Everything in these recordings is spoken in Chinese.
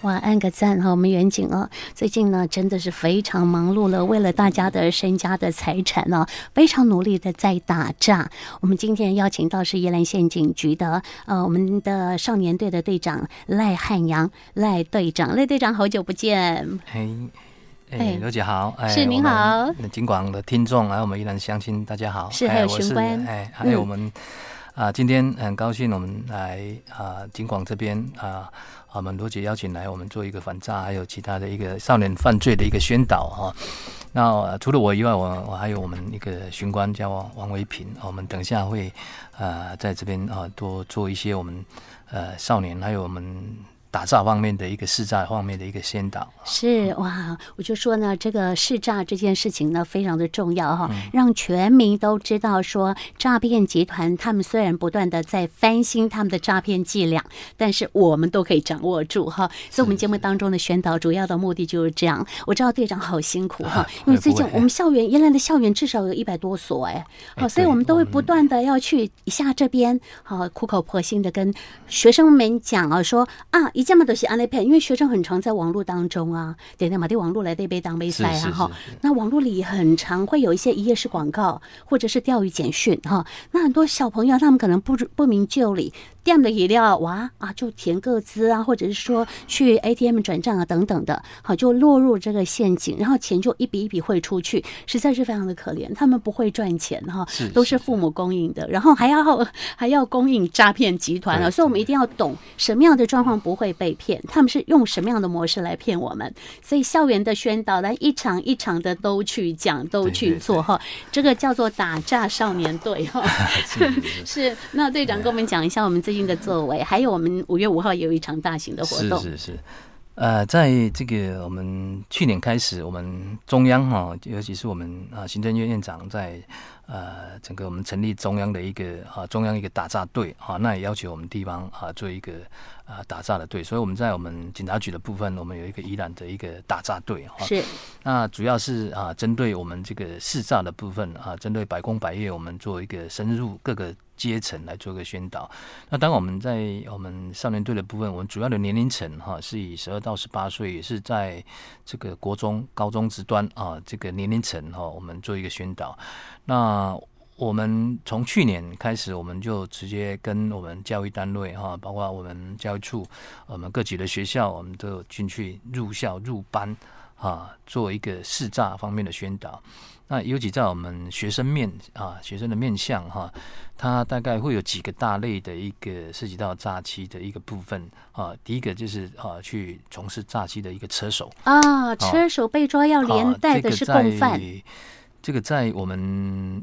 哇，按个赞哈！我们远景啊，最近呢真的是非常忙碌了，为了大家的身家的财产呢，非常努力的在打诈。我们今天邀请到是宜兰县警局的我们的少年队的队长赖汉阳，赖队长，好久不见。 刘姐好， 是您好， 警广的听众，还有我们宜兰乡亲，大家好。 是，还有巡官， 还有我们今天很高兴我们来警广这边我们罗姐邀请来，我们做一个反诈，还有其他的一个少年犯罪的一个宣导哈。那除了我以外，我还有我们一个巡官叫王维平，我们等一下会在这边多做一些我们少年还有我们打诈方面的一个识诈方面的一个宣导。 是哇，我就说呢，这个识诈这件事情呢非常的重要哈，让全民都知道说，诈骗集团他们虽然不断的在翻新他们的诈骗伎俩，但是我们都可以掌握住哈。所以我们节目当中的宣导主要的目的就是这样。我知道队长好辛苦哈，因为最近我们宜兰的校园至少有100多所所以我们都会不断的要去一下这边苦口婆心的跟学生们讲说一这么都是安内骗，因为学生很常在网络当中点点马地网络来对被当被塞那网络里很常会有一些一页式广告或者是钓鱼简讯那很多小朋友他们可能不明就里，店的饮料就填个资或者是说去 ATM 转账等等的，就落入这个陷阱，然后钱就一笔一笔汇出去，实在是非常的可怜。他们不会赚钱都是父母供应的，然后还要供应诈骗集团所以我们一定要懂什么样的状况不会被骗，他们是用什么样的模式来骗我们。所以校园的宣导来一场一场的都去讲都去做这个叫做打诈少年队是。那队长跟我们讲一下我们最近的作为，还有我们5月5号也有一场大型的活动。 是在这个我们去年开始，我们中央尤其是我们行政院院长在整个我们成立中央的一个中央一个打诈队那也要求我们地方做一个打诈的队，所以我们在我们警察局的部分，我们有一个宜兰的一个打诈队是。那主要是针对我们这个识诈的部分针对百工百业，我们做一个深入各个阶层来做一个宣导。那当我们在我们少年队的部分，我们主要的年龄层是以12到18岁，也是在这个国中、高中职端这个年龄层我们做一个宣导。那我们从去年开始，我们就直接跟我们教育单位包括我们教育处、我们各级的学校，我们都有进去入校入班做一个识诈方面的宣导。那尤其在我们学生的面向它大概会有几个大类的一个涉及到诈欺的一个部分第一个就是去从事诈欺的一个车手车手被抓要连带的是共犯。 这个在我们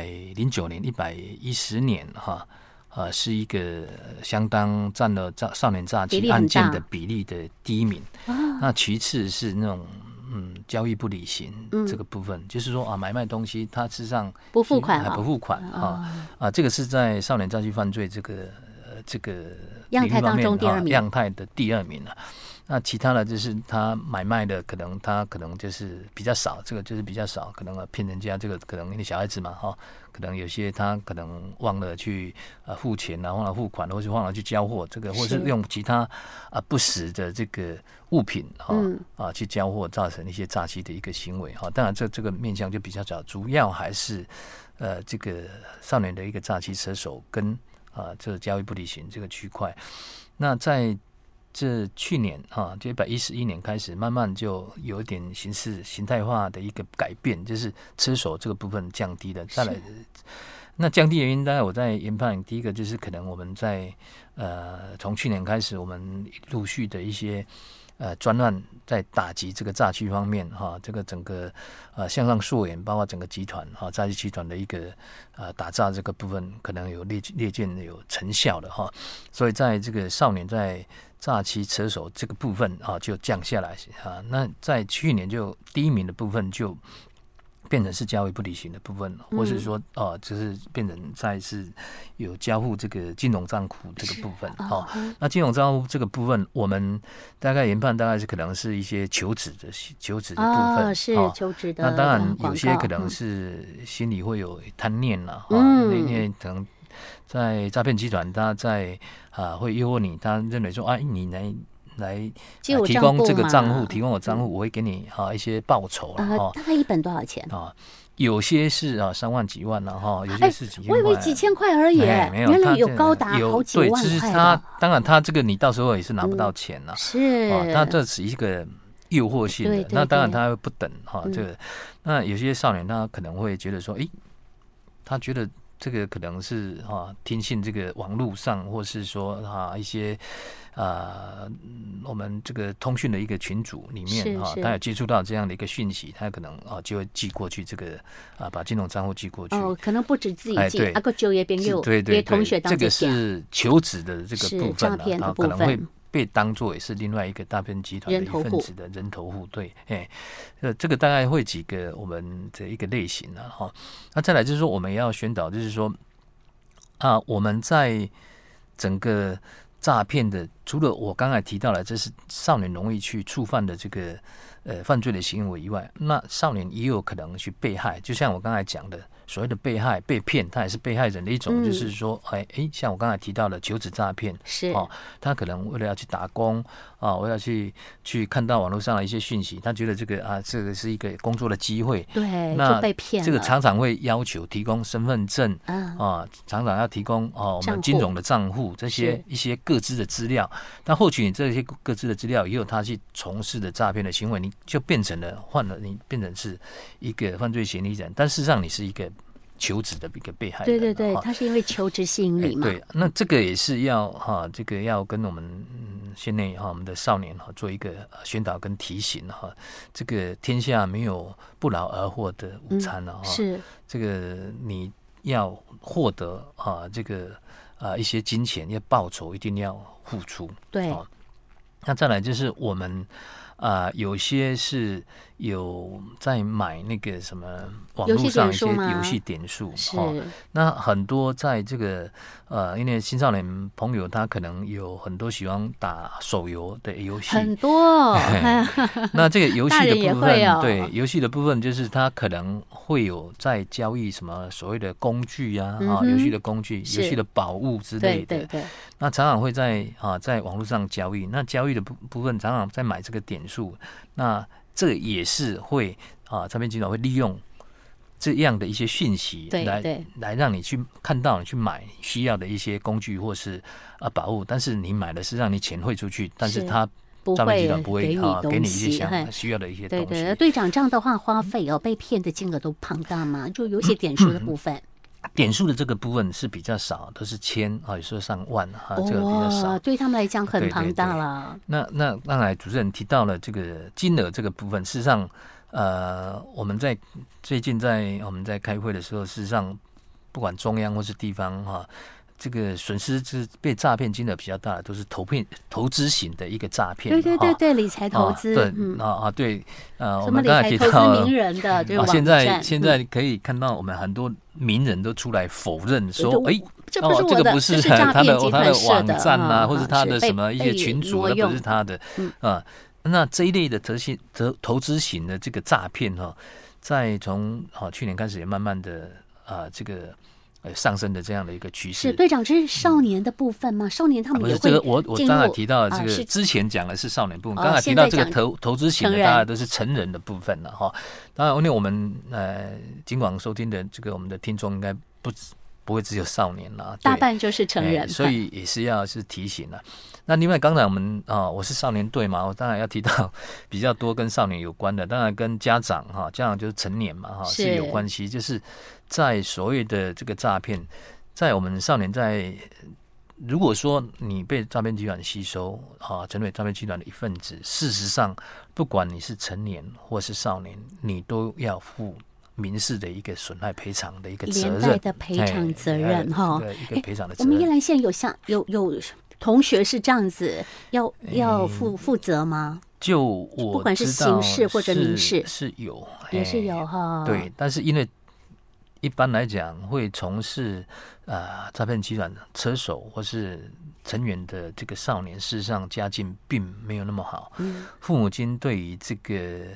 109年、110年是一个相当占了少年诈欺案件的比例的第一名。那其次是那种交易不履行这个部分，就是说买卖东西他事实上不付款这个是在少年诈欺犯罪这个样态当中第2名， 样态的第2名那其他的就是他买卖的他可能就是比较少，这个就是比较少，可能骗人家，这个可能因为小孩子嘛可能有些他可能忘了去付钱忘了付款，或是忘了去交货，这个或是用其他不实的这个物品去交货，造成一些诈欺的一个行为当然这个面向就比较少，主要还是这个少年的一个诈欺车手跟这个交易不履行这个区块。那在这去年就111年开始，慢慢就有一点形态化的一个改变，就是车手这个部分降低了。再来，那降低原因，大概我在研判，第一个就是可能我们在从去年开始，我们陆续的一些专案在打击这个诈欺方面这个整个向上溯源，包括整个集团诈欺集团的一个打诈这个部分，可能有略见有成效的所以在这个少年在诈欺车手这个部分就降下来那在去年就第1名的部分就变成是交易不履行的部分，或是说就是变成再是有交互这个金融账户这个部分那金融账户这个部分，我们大概研判大概是可能是一些求职的部分是求职的。 那当然有些可能是心里会有贪念因为可能在诈骗集团他在会诱惑你，他认为说你来提供这个账户，提供我账户，我会给你一些报酬大概一本多少钱啊？有些是3万几万有些是几千块。 我以为几千块而已， 没有， 原来有高达好几万块。 对，就是当然他这个你到时候也是拿不到钱了， 是他这是一个诱惑性的，那当然他会不等这个。那有些少年他可能会觉得说，他觉得这个可能是听信这个网络上，或是说一些我们这个通讯的一个群组里面他有接触到这样的一个讯息，他可能就会寄过去这个把金融账户寄过去。 可能不止自己寄，个就业朋友、 对， 同学当这个是求职的这个部分可能会被当作也是另外一个诈骗集团的一份子的人头户。对，这个大概会几个我们的一个类型那再来就是说，我们也要宣导，就是说我们在整个诈骗的，除了我刚才提到了这是少年容易去触犯的这个犯罪的行为以外，那少年也有可能去被害，就像我刚才讲的，所谓的被害、被骗，他也是被害人的一种，就是说，像我刚才提到的求职诈骗， 是他可能为了要去打工我要去看到网络上的一些讯息，他觉得这个是一个工作的机会， 对， 那就被骗了。 这个常常会要求提供身份证常常要提供我们金融的账户这些一些个资的资料，那获取你这些个资的资料以后，他去从事的诈骗的行为，你就变成是一个犯罪嫌疑人，但事实上你是一个求职的一个被害人。 对，他是因为求职吸引你嘛。 对，那这个也是要这个要跟我们县内我们的少年做一个宣导跟提醒这个天下没有不劳而获的午餐是这个你要获得这个一些金钱要报酬，一定要付出。 对， 那再来就是我们有些是有在买那个什么网络上一些游戏点数，那很多在这个因为青少年朋友他可能有很多喜欢打手游的游戏， 很多那这个游戏的部分， 对游戏的部分就是他可能会有在交易什么所谓的工具游戏的工具、游戏的宝物之类的， 对， 那常常会在网络上交易，那交易的部分常常在买这个点数，那这个也是会诈骗集团会利用这样的一些讯息来让你去看到你去买需要的一些工具或是宝物，但是你买的是让你钱汇出去，但是他诈骗集团不会给你一些需要的一些东西。 对，队长这样的话花费被骗的金额都庞大吗？就游戏点数的部分。 点数的这个部分是比较少，都是千有时候上万这个比较少， 对他们来讲很庞大了。 那刚才主持人提到了这个金额这个部分，事实上我们最近我们在开会的时候，事实上不管中央或是地方这个损失是被诈骗金额比较大的，都是投资型的一个诈骗。 对，理财投资。 对， 我们刚才提到名人的这个网站， 现在可以看到我们很多名人都出来否认说， 这个不是他的网站或者他的什么一些群组，那不是他的那这一类的投资型的这个诈骗在从去年开始也慢慢的这个上升的这样的一个趋势。 是队长，这是少年的部分吗？少年他们也会这个我刚才提到的这个之前讲的是少年部分，刚才提到这个投资型的，大家都是成人的部分了当然，因为我们尽管收听的这个我们的听众应该不会只有少年啦， 大半就是成人， 所以也是要提醒了。那另外刚才我们我是少年队嘛，我当然要提到比较多跟少年有关的，当然跟家长就是成年嘛是有关系，就是在所谓的这个诈骗，在我们少年如果说你被诈骗集团吸收成为诈骗集团的一份子，事实上不管你是成年或是少年，你都要负民事的一个损害赔偿的一个责任， 连带的赔偿责任一个赔偿的责任。 我们宜兰县有同学是这样子要负责吗？ 就我不管是刑事或者民事是有， 也是有对，但是因为一般来讲会从事诈骗集团车手或是成员的这个少年，事实上家境并没有那么好，父母亲对于这个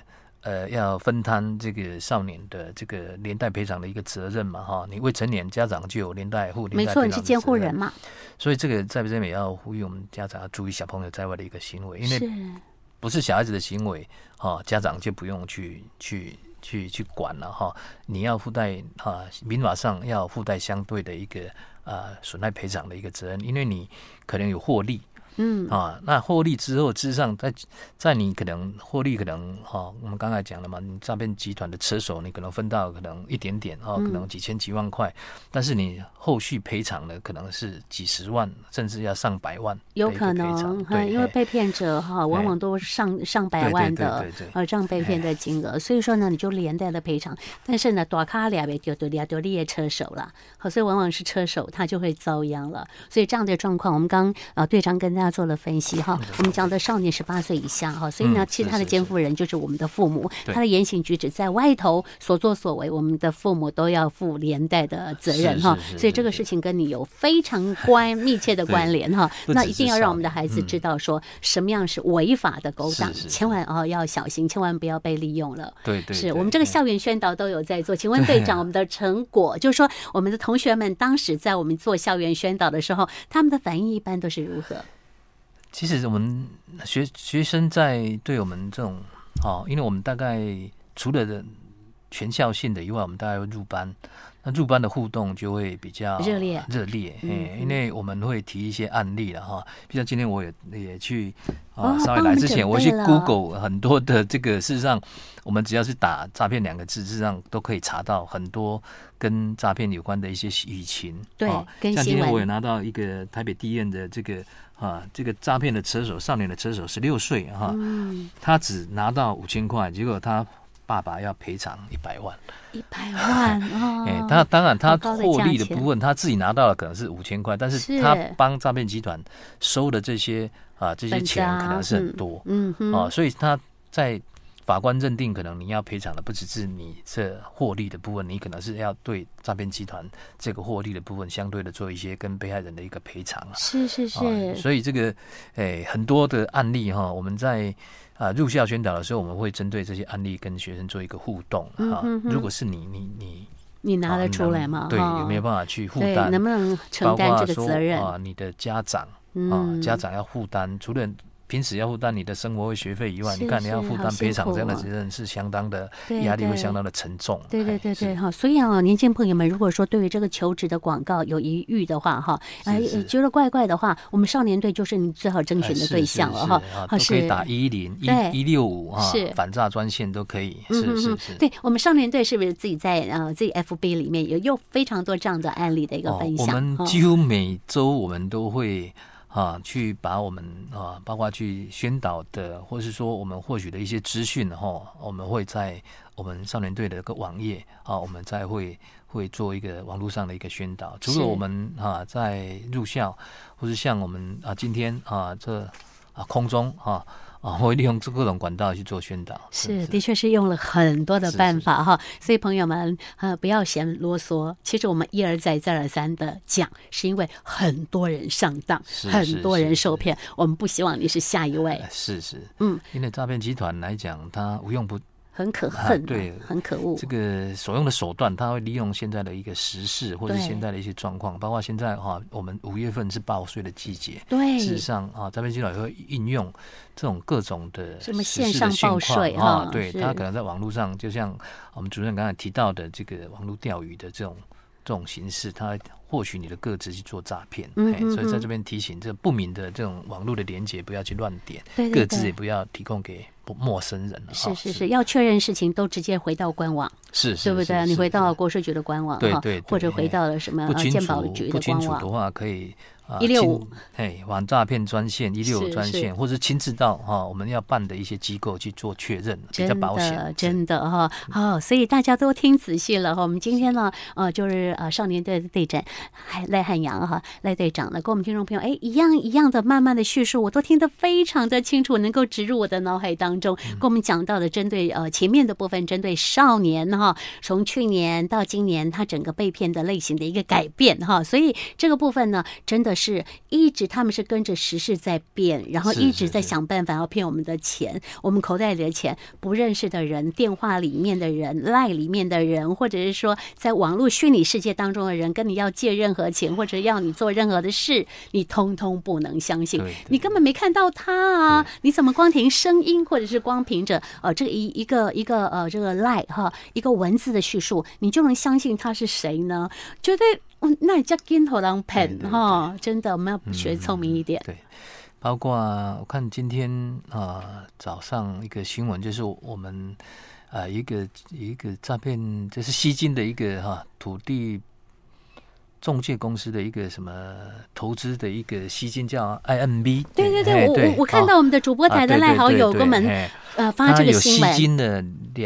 要分摊这个少年的这个连带赔偿的一个责任嘛哈，你未成年家长就有连带负连带赔偿的责任， 没错，你是监护人嘛， 所以这个在这边也要呼吁我们家长要注意小朋友在外的一个行为，因为不是小孩子的行为哈，家长就不用去管了哈，你要附带民法上要附带相对的一个损害赔偿的一个责任，因为你可能有获利。那获利之后，事实上在你可能获利，可能我们刚才讲了嘛，你诈骗集团的车手，你可能分到可能一点点可能几千几万块，但是你后续赔偿的可能是几十万，甚至要上百万， 有可能，因为被骗者往往都上百万的这样被骗的金额，所以说呢，你就连带的赔偿，但是呢，大卡俩被丢你也车手了，所以往往是车手他就会遭殃了，所以这样的状况，我们刚队长跟大家做了分析哈，我们讲的少年18岁以下哈，所以呢，其实他的监护人就是我们的父母，他的言行举止在外头所作所为，我们的父母都要负连带的责任哈，所以这个事情跟你有非常密切的关联哈，那一定要让我们的孩子知道说什么样是违法的勾当，千万要小心，千万不要被利用了。 对， 是我们这个校园宣导都有在做，请问队长，我们的成果就是说，我们的同学们当时在我们做校园宣导的时候，他们的反应一般都是如何？ 其实我们学生在对我们这种因为我们大概除了全校性的以外，我们大概会入班，那入班的互动就会比较热烈，因为我们会提一些案例了哈，比如今天我也去稍微来之前，我去 Google 很多的这个，事实上我们只要是打诈骗2个字，事实上都可以查到很多跟诈骗有关的一些舆情。 对， 像今天我也拿到一个台北地院的这个诈骗的车手，少年的车手16岁哈，他只拿到5000块，结果他爸爸要赔偿100万。 100万他当然他获利的部分，他自己拿到的可能是5000块，但是他帮诈骗集团收的这些钱可能是很多，所以他在法官认定，可能你要赔偿的不只是你这获利的部分，你可能是要对诈骗集团这个获利的部分相对的做一些跟被害人的一个赔偿是， 所以这个很多的案例我们在入校宣导的时候，我们会针对这些案例跟学生做一个互动如果是你拿得出来吗？ 对，有没有办法去负担？ 能不能承担这个责任？ 你的家长家长要负担，除了平时要负担你的生活费学费以外，你看你要负担赔偿这样的责任是相当的压力，会相当的沉重。 对所以年轻朋友们，如果说对于这个求职的广告有疑虑的话觉得怪怪的话，我们少年队就是你最好征询的对象了都可以打110、165反诈专线都可以。是。 对，我们少年队是不是自己在自己 FB 里面有非常多这样的案例的一个分享？ 我们几乎每周我们都会去把我们包括去宣导的，或是说我们获取的一些资讯我们会在我们少年队的一个网页我们再会做一个网络上的一个宣导。除了我们在入校，或是像我们今天这空中会利用各种管道去做宣导。 的确是用了很多的办法所以朋友们不要嫌啰嗦。其实我们一而再再而三的讲，是因为很多人上当，很多人受骗，我们不希望你是下一位。 因为诈骗集团来讲，它无用不很可恨， 对，很可恶。 这个所用的手段，他会利用现在的一个时事，或者现在的一些状况，包括现在我们5月份是报税的季节， 对， 事实上诈骗集团也会运用这种各种的什么线上报税对，他可能在网络上，就像我们主任刚才提到的这个网络钓鱼的这种形式，他获取你的个资去做诈骗。所以在这边提醒，这不明的这种网络的连结不要去乱点，个资也不要提供给陌生人。 是，要确认事情都直接回到官网，对不对？你回到国税局的官网， 对， 或者回到了什么健保局的官网。 不清楚的话，可以 165 反诈骗专线165专线，或者亲自到我们要办的一些机构去做确认，比较保险。 真的所以大家都听仔细了我们今天呢就是少年队的队长赖汉阳赖队长呢跟我们听众朋友一样的慢慢的叙述，我都听得非常的清楚，能够植入我的脑海当中。跟我们讲到的针对前面的部分，针对少年从去年到今年他整个被骗的类型的一个改变所以这个部分呢真的是一直他们是跟着时事在变，然后一直在想办法要骗我们的钱，我们口袋里的钱，不认识的人、电话里面的人、LINE 里面的人，或者是说在网络虚拟世界当中的人，跟你要借任何钱或者要你做任何的事，你通通不能相信，你根本没看到他啊，你怎么光凭声音或者是光凭着这个一个这个 LINE 哈一个文字的叙述，你就能相信他是谁呢？觉得那你叫跟头狼骗哈，真的我们要学聪明一点。 对，包括我看今天早上一个新闻，就是我们一个诈骗，就是吸金的一个土地中介公司的一个什么投资的一个吸金叫 IMB。 对，我看到我们的主播台的赖好友跟我们发这个新闻， 有吸金的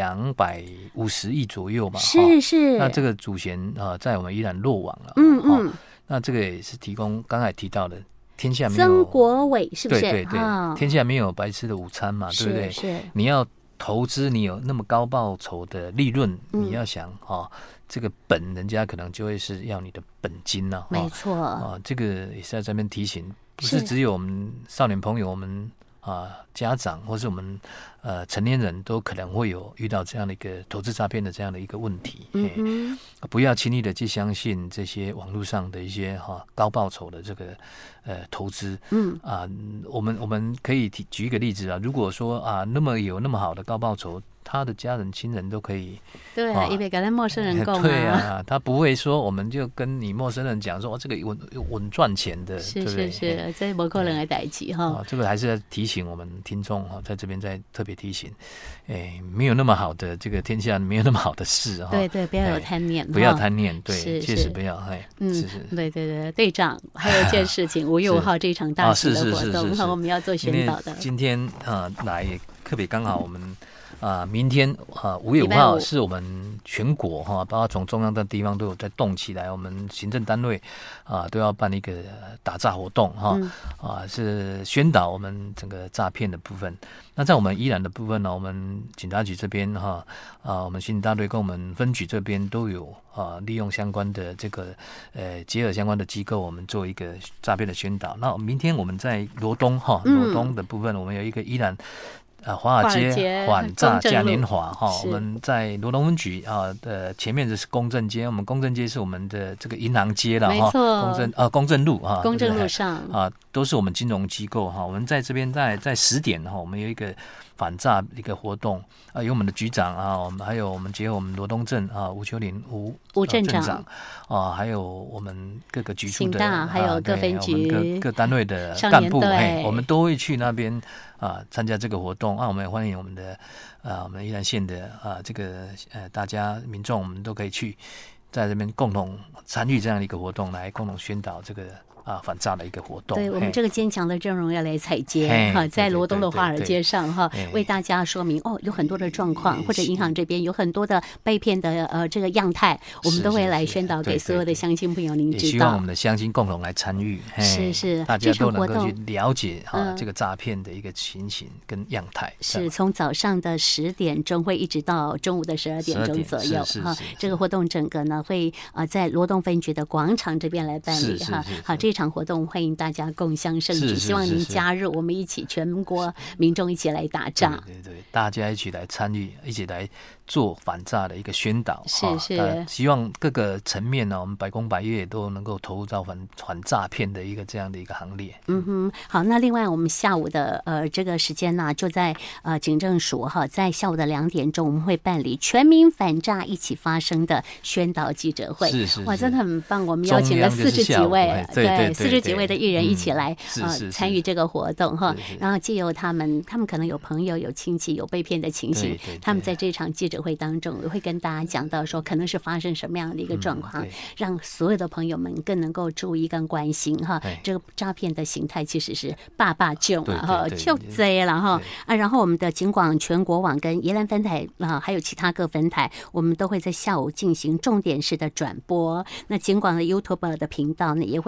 250亿左右嘛。 是。 那这个主嫌在我们依然落网了。那这个也是提供刚才提到的，天下没有曾国伟是不是？ 对，天下没有白吃的午餐嘛，对不对？ 是。你要投资，你有那么高报酬的利润，你要想这个本人家可能就会是要你的本金了。 没错。 这个也是在这边提醒，不是只有我们少年朋友，我们家长或是我们成年人都可能会有遇到这样的一个投资诈骗的这样的一个问题。不要轻易的去相信这些网络上的一些高报酬的这个投资。我们可以举一个例子啊，如果说那么好的高报酬，他的家人亲人都可以。 对啊，因为跟陌生人购买。 对啊，他不会说我们就跟你陌生人讲说这个稳赚钱的。 是，这不可能的代志哈。 这个还是要提醒我们听众在这边再特别提醒，没有那么好的这个天下没有那么好的事哈。 对，不要有贪念， 不要贪念，对，确实不要。 对，队长，还有一件事情，5月5号这场大型的活动，我们要做宣导的。 今天来特别刚好我们。明天5月5号是我们全国包括从中央到地方都有在动起来，我们行政单位都要办一个打诈活动是宣导我们整个诈骗的部分。那在我们宜兰的部分呢，我们警察局这边我们刑警大队跟我们分局这边都有利用相关的这个结合相关的机构，我们做一个诈骗的宣导。那明天我们在罗东罗东的部分，我们有一个宜兰华尔街反诈嘉年华我们在罗东分局的前面就是公正街，我们公正街是我们的这个银行街了， 没错， 公正路公正路上都是我们金融机构我们在这边在10点我们有一个反诈一个活动有我们的局长我们还有我们结合我们罗东镇吴秋林吴镇长还有我们各个局处的还有各分局各单位的干部我们都会去那边参加这个活动我们也欢迎我们的我们宜兰县的这个大家民众，我们都可以去在这边共同参与这样的一个活动，来共同宣导这个反诈的一个活动。 对，我们这个坚强的阵容要来踩街在罗东的华尔街上为大家说明有很多的状况，或者银行这边有很多的被骗的这个样态，我们都会来宣导给所有的乡亲朋友。您知道， 也希望我们的乡亲共同来参与， 是大家都能够去了解这个诈骗的一个情形跟样态。 是从早上的10点钟会一直到中午的12点钟左右这个活动整个呢会在罗东分局的广场这边来办理好，这场活动欢迎大家共襄盛举，希望您加入，我们一起全国民众一起来打诈。 对，大家一起来参与，一起来做反诈的一个宣导。 是， 希望各个层面呢，我们百工百业都能够投入到反诈骗的一个这样的一个行列。 好，那另外我们下午的这个时间呢，就在警政署在下午的2点钟，我们会办理全民反诈一起发声的宣导记者会。 是， 哇，真的很棒！我们邀请了40几位，对，40几位的艺人一起来参与这个活动然后借由他们可能有朋友、有亲戚有被骗的情形，他们在这场记者会当中会跟大家讲到说，可能是发生什么样的一个状况，让所有的朋友们更能够注意跟关心这个诈骗的形态其实是爸囧就贼了然后我们的警广全国网跟宜兰分台还有其他各分台，我们都会在下午进行重点式的转播。那警广的 YouTube 的频道呢，也会做网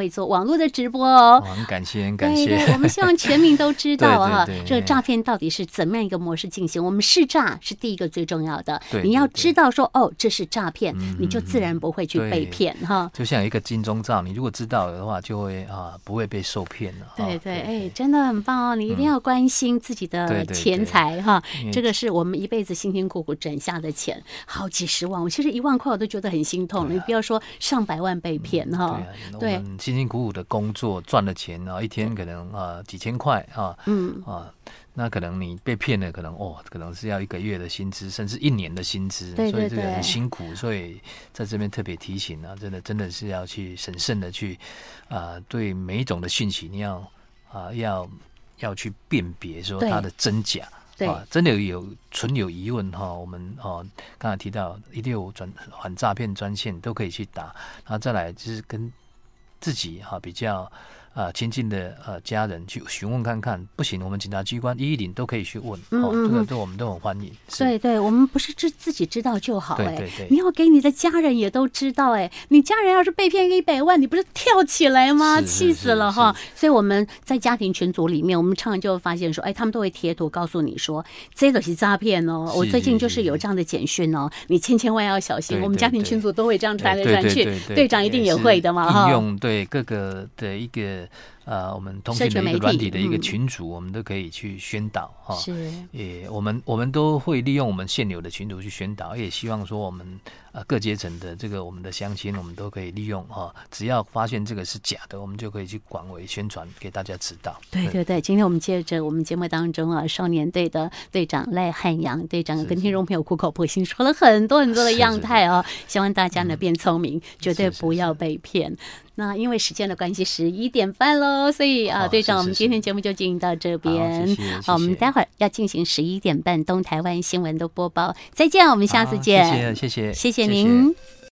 网络的直播哦。 很感谢，很感谢。 对对，我们希望全民都知道啊， 对对对这个诈骗到底是怎么样一个模式进行。我们识诈是第一个最重要的， 对你要知道说哦，这是诈骗，你就自然不会去被骗哈。 就像一个金钟罩，你如果知道的话，就会不会被受骗了。 对对，哎，真的很棒哦！你一定要关心自己的钱财哈，这个是我们一辈子辛辛苦苦挣下的钱，好几十万，我其实1万块我都觉得很心痛了，你不要说上百万被骗哈。 对，我们辛辛苦苦的工作赚了钱啊，一天可能几千块啊，那可能你被骗了，可能是要1个月的薪资，甚至1年的薪资， 对对对， 所以这个很辛苦。所以在这边特别提醒啊，真的是要去审慎的去对每一种的讯息，你要去辨别说它的真假。 对， 真的存有疑问哈，我们刚才提到165反诈骗专线都可以去打，然后再来就是跟自己比较亲近的家人去询问看看，不行，我们警察机关110都可以去问，这个我们都很欢迎。 对对，我们不是自己知道就好， 对对对， 你要给你的家人也都知道，你家人要是被骗100万，你不是跳起来吗？气死了哈！所以我们在家庭群组里面，我们常常就会发现说，他们都会贴图告诉你说，这都是诈骗哦。我最近就是有这样的简讯哦，你千万要小心。我们家庭群组都会这样传来传去，队长一定也会的嘛哈。 应用对各个的一个我们通讯的一个软体的一个群组，我们都可以去宣导哈。是，我们都会利用我们现有的群组去宣导，也希望说我们各阶层的这个我们的乡亲，我们都可以利用哈。只要发现这个是假的，我们就可以去广为宣传给大家知道。对对对， 今天我们接着我们节目当中少年队的队长赖汉阳队长跟听众朋友苦口婆心说了很多很多的样态希望大家呢变聪明，绝对不要被骗。那因为时间的关系，11点半喽，所以队长，我们今天节目就进行到这边。好，我们待会儿要进行11点半东台湾新闻的播报。再见，我们下次见。 谢谢您。